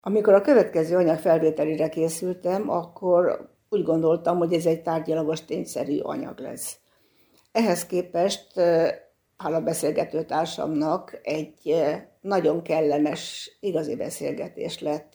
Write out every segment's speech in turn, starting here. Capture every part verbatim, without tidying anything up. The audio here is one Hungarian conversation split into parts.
Amikor a következő anyag felvételére készültem, akkor úgy gondoltam, hogy ez egy tárgyilagos tényszerű anyag lesz. Ehhez képest hála beszélgető társamnak egy nagyon kellemes, igazi beszélgetés lett,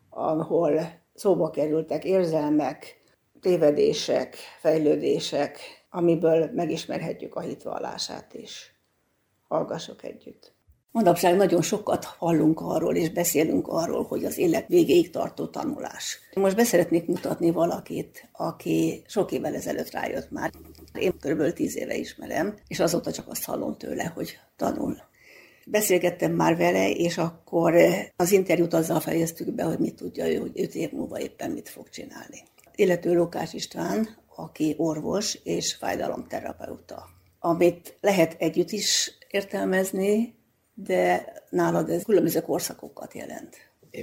ahol szóba kerültek érzelmek, tévedések, fejlődések, amiből megismerhetjük a hitvallását is. Hallgassuk együtt. Manapság nagyon sokat hallunk arról, és beszélünk arról, hogy az élet végéig tartó tanulás. Most beszeretnék mutatni valakit, aki sok évvel ezelőtt rájött már. Én kb. tíz éve ismerem, és azóta csak azt hallom tőle, hogy tanul. Beszélgettem már vele, és akkor az interjút azzal fejeztük be, hogy mit tudja ő, hogy öt év múlva éppen mit fog csinálni. Illető Lókás István, aki orvos és fájdalomterapeuta, amit lehet együtt is értelmezni, de nálad ez különböző korszakokat jelent.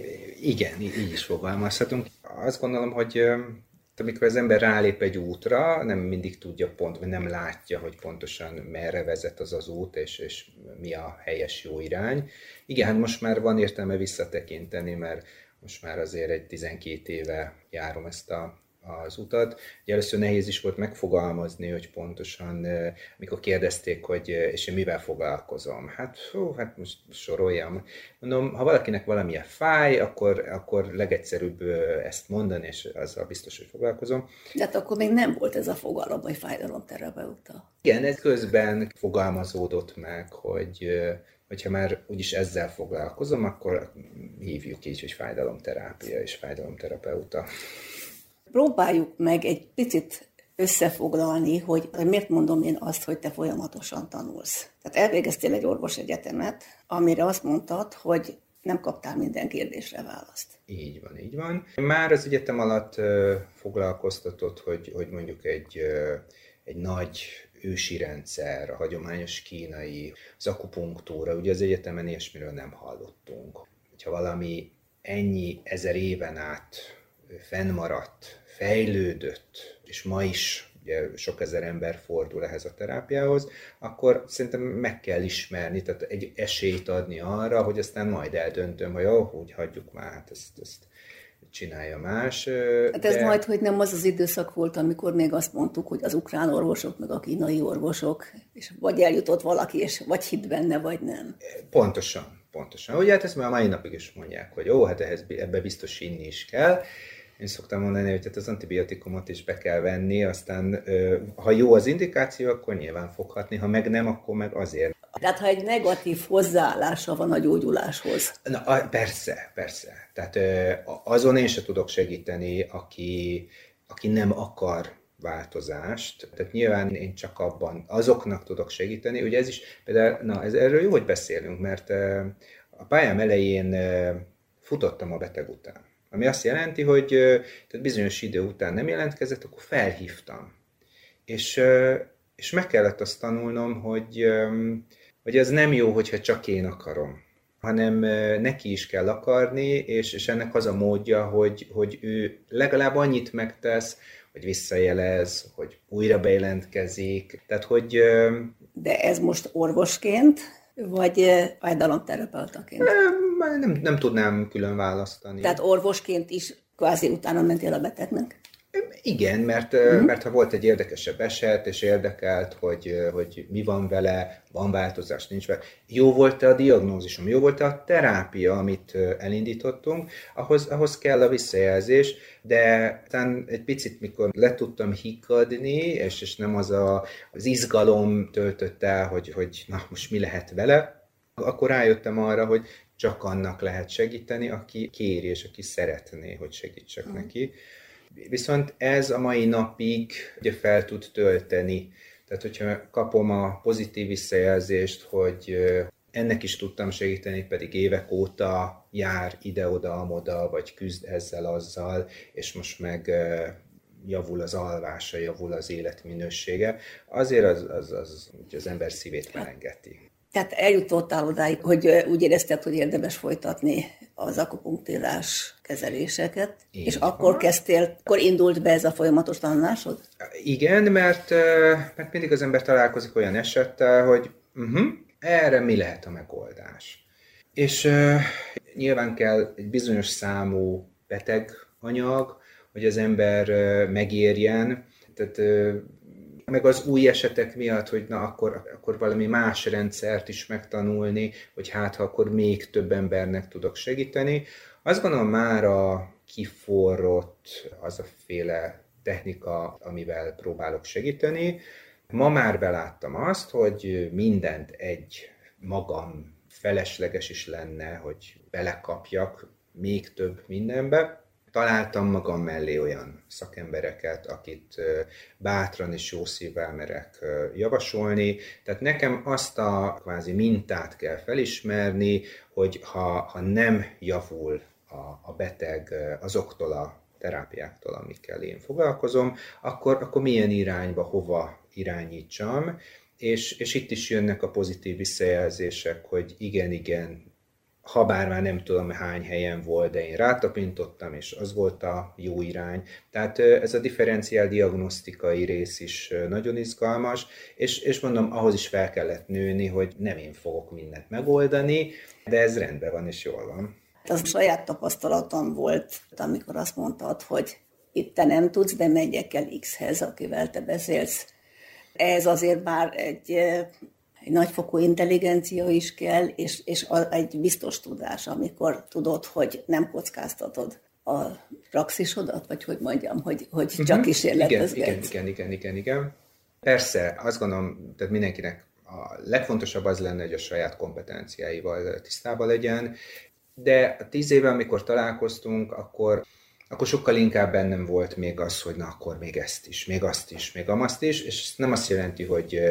Igen, így is fogalmazhatunk. Azt gondolom, hogy amikor az ember rálép egy útra, nem mindig tudja pont, vagy nem látja, hogy pontosan merre vezet az az út, és, és mi a helyes jó irány. Igen, hát most már van értelme visszatekinteni, mert most már azért egy tizenkét éve járom ezt a az utat. Ugye először nehéz is volt megfogalmazni, hogy pontosan, mikor kérdezték, hogy és én mivel foglalkozom. Hát, hú, hát most soroljam. Mondom, ha valakinek valamilyen fáj, akkor, akkor legegyszerűbb ezt mondani, és azzal biztos, hogy foglalkozom. De hát akkor még nem volt ez a fogalom, hogy fájdalomterapeuta. Igen, ez közben fogalmazódott meg, hogy hogyha már úgyis ezzel foglalkozom, akkor hívjuk így, hogy fájdalomterápia és fájdalomterapeuta. Próbáljuk meg egy picit összefoglalni, hogy miért mondom én azt, hogy te folyamatosan tanulsz. Tehát elvégeztél egy orvosegyetemet, amire azt mondtad, hogy nem kaptál minden kérdésre választ. Így van, így van. Már az egyetem alatt uh, foglalkoztatott, hogy, hogy mondjuk egy, uh, egy nagy ősi rendszer, a hagyományos kínai, az akupunktúra, ugye az egyetemen ilyesmiről nem hallottunk. Ha valami ennyi ezer éven át fennmaradt, fejlődött, és ma is ugye, sok ezer ember fordul ehhez a terápiához, akkor szerintem meg kell ismerni, tehát egy esélyt adni arra, hogy aztán majd eldöntöm, hogy ó, úgy hagyjuk már, hát ezt, ezt csinálja más. Hát ez de... majd, hogy nem az az időszak volt, amikor még azt mondtuk, hogy az ukrán orvosok, meg a kínai orvosok, és vagy eljutott valaki, és vagy hitt benne, vagy nem. Pontosan, pontosan. Ugye hát ezt már a mai napig is mondják, hogy ó, hát ehhez, ebbe biztos inni is kell. Én szoktam mondani, hogy az antibiotikumot is be kell venni, aztán ha jó az indikáció, akkor nyilván foghatni, ha meg nem, akkor meg azért. Tehát ha egy negatív hozzáállása van a gyógyuláshoz. Na, persze, persze. Tehát azon én se tudok segíteni, aki, aki nem akar változást. Tehát nyilván én csak abban azoknak tudok segíteni. Ugye ez is, például, na, ez, erről jó, hogy beszélünk, mert a pályám elején futottam a beteg után. Ami azt jelenti, hogy tehát bizonyos idő után nem jelentkezett, akkor felhívtam. És, és meg kellett azt tanulnom, hogy, hogy ez nem jó, hogyha csak én akarom, hanem neki is kell akarni, és, és ennek az a módja, hogy, hogy ő legalább annyit megtesz, hogy visszajelez, hogy újra bejelentkezik. Tehát, hogy... De ez most orvosként, vagy fájdalomterapeutaként? Nem, nem, nem tudnám külön választani. Tehát orvosként is kvázi utána mentél a betegnek? Igen, mert, mm. mert ha volt egy érdekesebb eset, és érdekelt, hogy, hogy mi van vele, van változás, nincs vele. Jó volt-e a diagnózisom, jó volt-e a terápia, amit elindítottunk, ahhoz, ahhoz kell a visszajelzés, de aztán egy picit, mikor le tudtam hikkadni, és, és nem az a, az izgalom töltött el, hogy, hogy na, most mi lehet vele, akkor rájöttem arra, hogy csak annak lehet segíteni, aki kéri, és aki szeretné, hogy segítsek mm. neki. Viszont ez a mai napig ugye fel tud tölteni. Tehát, hogyha kapom a pozitív visszajelzést, hogy ennek is tudtam segíteni, pedig évek óta jár ide-oda-amoda, vagy küzd ezzel-azzal, és most meg javul az alvása, javul az életminősége, azért az, az, az, az ember szívét melengeti. Tehát eljutottál odáig, hogy úgy érezted, hogy érdemes folytatni az akupunktúrás kezeléseket, Így és van. akkor kezdtél, akkor indult be ez a folyamatos tanulásod? Igen, mert, mert mindig az ember találkozik olyan esettel, hogy uh-huh, erre mi lehet a megoldás. És uh, nyilván kell egy bizonyos számú beteg anyag, hogy az ember uh, megérjen, tehát uh, meg az új esetek miatt, hogy na akkor, akkor valami más rendszert is megtanulni, hogy hát ha akkor még több embernek tudok segíteni. Azt gondolom már a kiforrott az a féle technika, amivel próbálok segíteni. Ma már beláttam azt, hogy mindent egy magam felesleges is lenne, hogy belekapjak még több mindenbe. Találtam magam mellé olyan szakembereket, akit bátran és jó szívvel merek javasolni. Tehát nekem azt a kvázi mintát kell felismerni, hogy ha, ha nem javul a, a beteg azoktól a terápiáktól, amikkel én foglalkozom, akkor, akkor milyen irányba, hova irányítsam. És, és itt is jönnek a pozitív visszajelzések, hogy igen, igen, ha bár már nem tudom hány helyen volt, de én rátapintottam, és az volt a jó irány. Tehát ez a differenciál diagnosztikai rész is nagyon izgalmas, és, és mondom, ahhoz is fel kellett nőni, hogy nem én fogok mindent megoldani, de ez rendben van, és jól van. Az saját tapasztalatom volt, amikor azt mondtad, hogy itt te nem tudsz, de megyek el X-hez, akivel te beszélsz. Ez azért bár egy, egy nagyfokú intelligencia is kell, és, és egy biztos tudás, amikor tudod, hogy nem kockáztatod a praxisodat, vagy hogy mondjam, hogy, hogy csak kísérletezgetsz. Igen, igen, igen, igen, igen, igen. Persze, azt gondolom, tehát mindenkinek a legfontosabb az lenne, hogy a saját kompetenciáival tisztában legyen, de a tíz éve, amikor találkoztunk, akkor akkor sokkal inkább bennem volt még az, hogy na akkor még ezt is, még azt is, még amazt is, és nem azt jelenti, hogy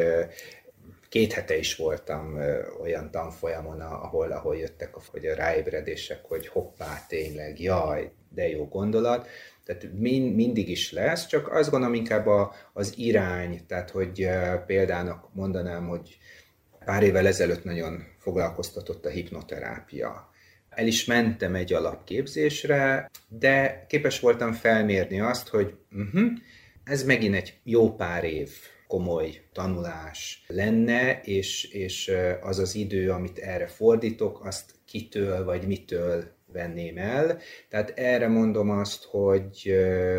két hete is voltam olyan tanfolyamon, ahol, ahol jöttek hogy a ráébredések, hogy hoppá, tényleg, jaj, de jó gondolat. Tehát mind, mindig is lesz, csak azt gondolom inkább a, az irány, tehát hogy például mondanám, hogy pár évvel ezelőtt nagyon foglalkoztatott a hipnoterápia. El is mentem egy alapképzésre, de képes voltam felmérni azt, hogy uh-huh, ez megint egy jó pár év komoly tanulás lenne, és, és az az idő, amit erre fordítok, azt kitől vagy mitől venném el. Tehát erre mondom azt, hogy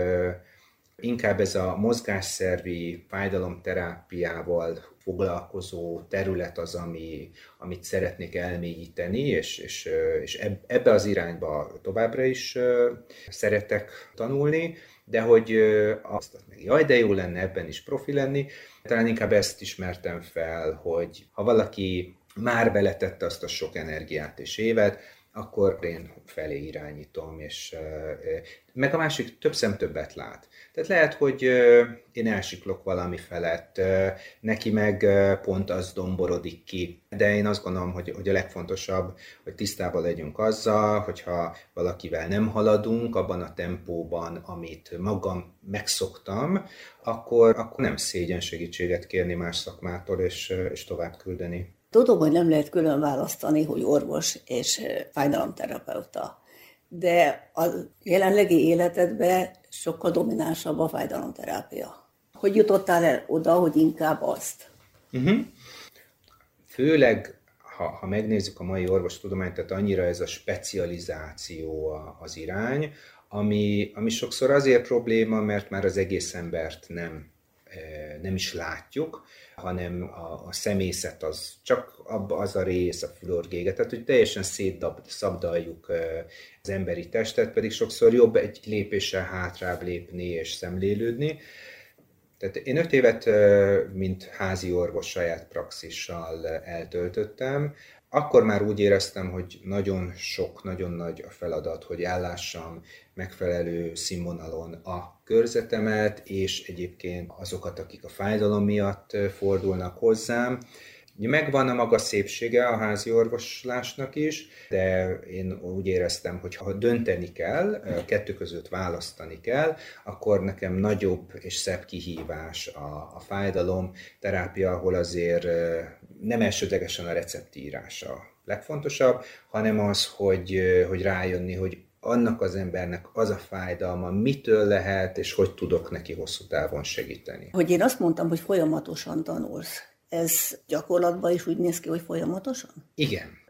inkább ez a mozgásszervi fájdalomterápiával foglalkozó terület az, ami, amit szeretnék elmélyíteni, és, és, és ebbe az irányba továbbra is szeretek tanulni, de hogy azt meg jaj, de jó lenne ebben is profi lenni, talán inkább ezt ismertem fel, hogy ha valaki már beletette azt a sok energiát és évet, akkor én felé irányítom, és meg a másik több szem többet lát. Tehát lehet, hogy én elsiklok valami felett, neki meg pont az domborodik ki. De én azt gondolom, hogy, hogy a legfontosabb, hogy tisztában legyünk azzal, hogyha valakivel nem haladunk abban a tempóban, amit magam megszoktam, akkor, akkor nem szégyen segítséget kérni más szakmától, és, és tovább küldeni. Tudom, hogy nem lehet külön választani, hogy orvos és fájdalomterapeuta, de a jelenlegi életedben sokkal dominánsabb a fájdalomterápia. Hogy jutottál el oda, hogy inkább azt? Uh-huh. Főleg, ha, ha megnézzük a mai orvostudományt, tehát annyira ez a specializáció az irány, ami, ami sokszor azért probléma, mert már az egész embert nem nem is látjuk, hanem a, a szemészet az csak abba az a rész, a fülorgége, tehát hogy teljesen szétszabdaljuk az emberi testet, pedig sokszor jobb egy lépéssel hátrább lépni és szemlélődni. Tehát én öt évet, mint házi orvos saját praxissal eltöltöttem, akkor már úgy éreztem, hogy nagyon sok, nagyon nagy a feladat, hogy ellássam megfelelő színvonalon a körzetemet, és egyébként azokat, akik a fájdalom miatt fordulnak hozzám. Megvan a maga szépsége a házi orvoslásnak is, de én úgy éreztem, hogy ha dönteni kell, kettő között választani kell, akkor nekem nagyobb és szebb kihívás a, a fájdalom terápia, ahol azért nem elsődlegesen a receptírása legfontosabb, hanem az, hogy, hogy rájönni, hogy annak az embernek az a fájdalma, mitől lehet, és hogy tudok neki hosszú távon segíteni. Hogy én azt mondtam, hogy folyamatosan tanulsz. Ez gyakorlatban is úgy néz ki, hogy folyamatosan? Igen.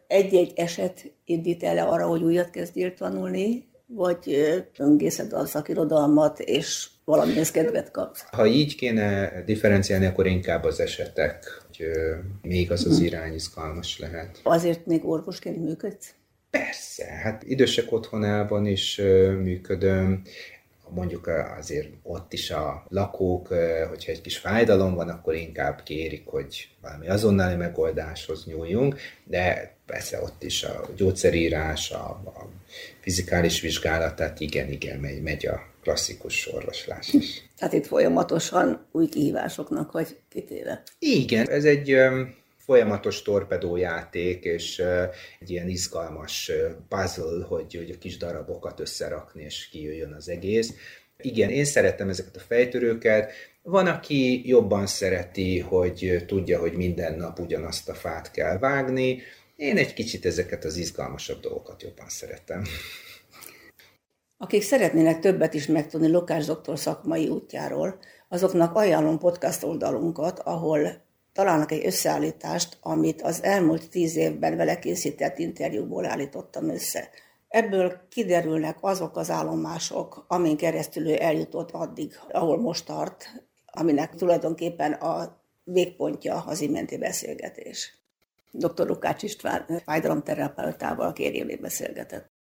egy-egy eset indít el arra, hogy újat kezdjél tanulni, vagy öngészed a szakirodalmat, és valamihez kedvet kapsz? Ha így kéne differenciálni, akkor inkább az esetek, hogy még az az irány izgalmas lehet. Azért még orvosként működsz? Persze, hát idősek otthonában is működöm, mondjuk azért ott is a lakók, hogyha egy kis fájdalom van, akkor inkább kérik, hogy valami azonnali megoldáshoz nyúljunk, de persze ott is a gyógyszerírás, a, a fizikális vizsgálat, tehát igen, igen, megy, megy a klasszikus orvoslás is. Tehát itt folyamatosan új kihívásoknak vagy kitéve. Igen, ez egy folyamatos torpedójáték, és egy ilyen izgalmas puzzle, hogy, hogy a kis darabokat összerakni, és kijöjjön az egész. Igen, én szeretem ezeket a fejtörőket. Van, aki jobban szereti, hogy tudja, hogy minden nap ugyanazt a fát kell vágni. Én egy kicsit ezeket az izgalmasabb dolgokat jobban szeretem. Akik szeretnének többet is megtudni Lukács doktor szakmai útjáról, azoknak ajánlom podcast oldalunkat, ahol találnak egy összeállítást, amit az elmúlt tíz évben vele készített interjúból állítottam össze. Ebből kiderülnek azok az állomások, amin keresztül ő eljutott addig, ahol most tart, aminek tulajdonképpen a végpontja az iménti beszélgetés. doktor Lukács István fájdalomterapeutával Kérjélék beszélgetett.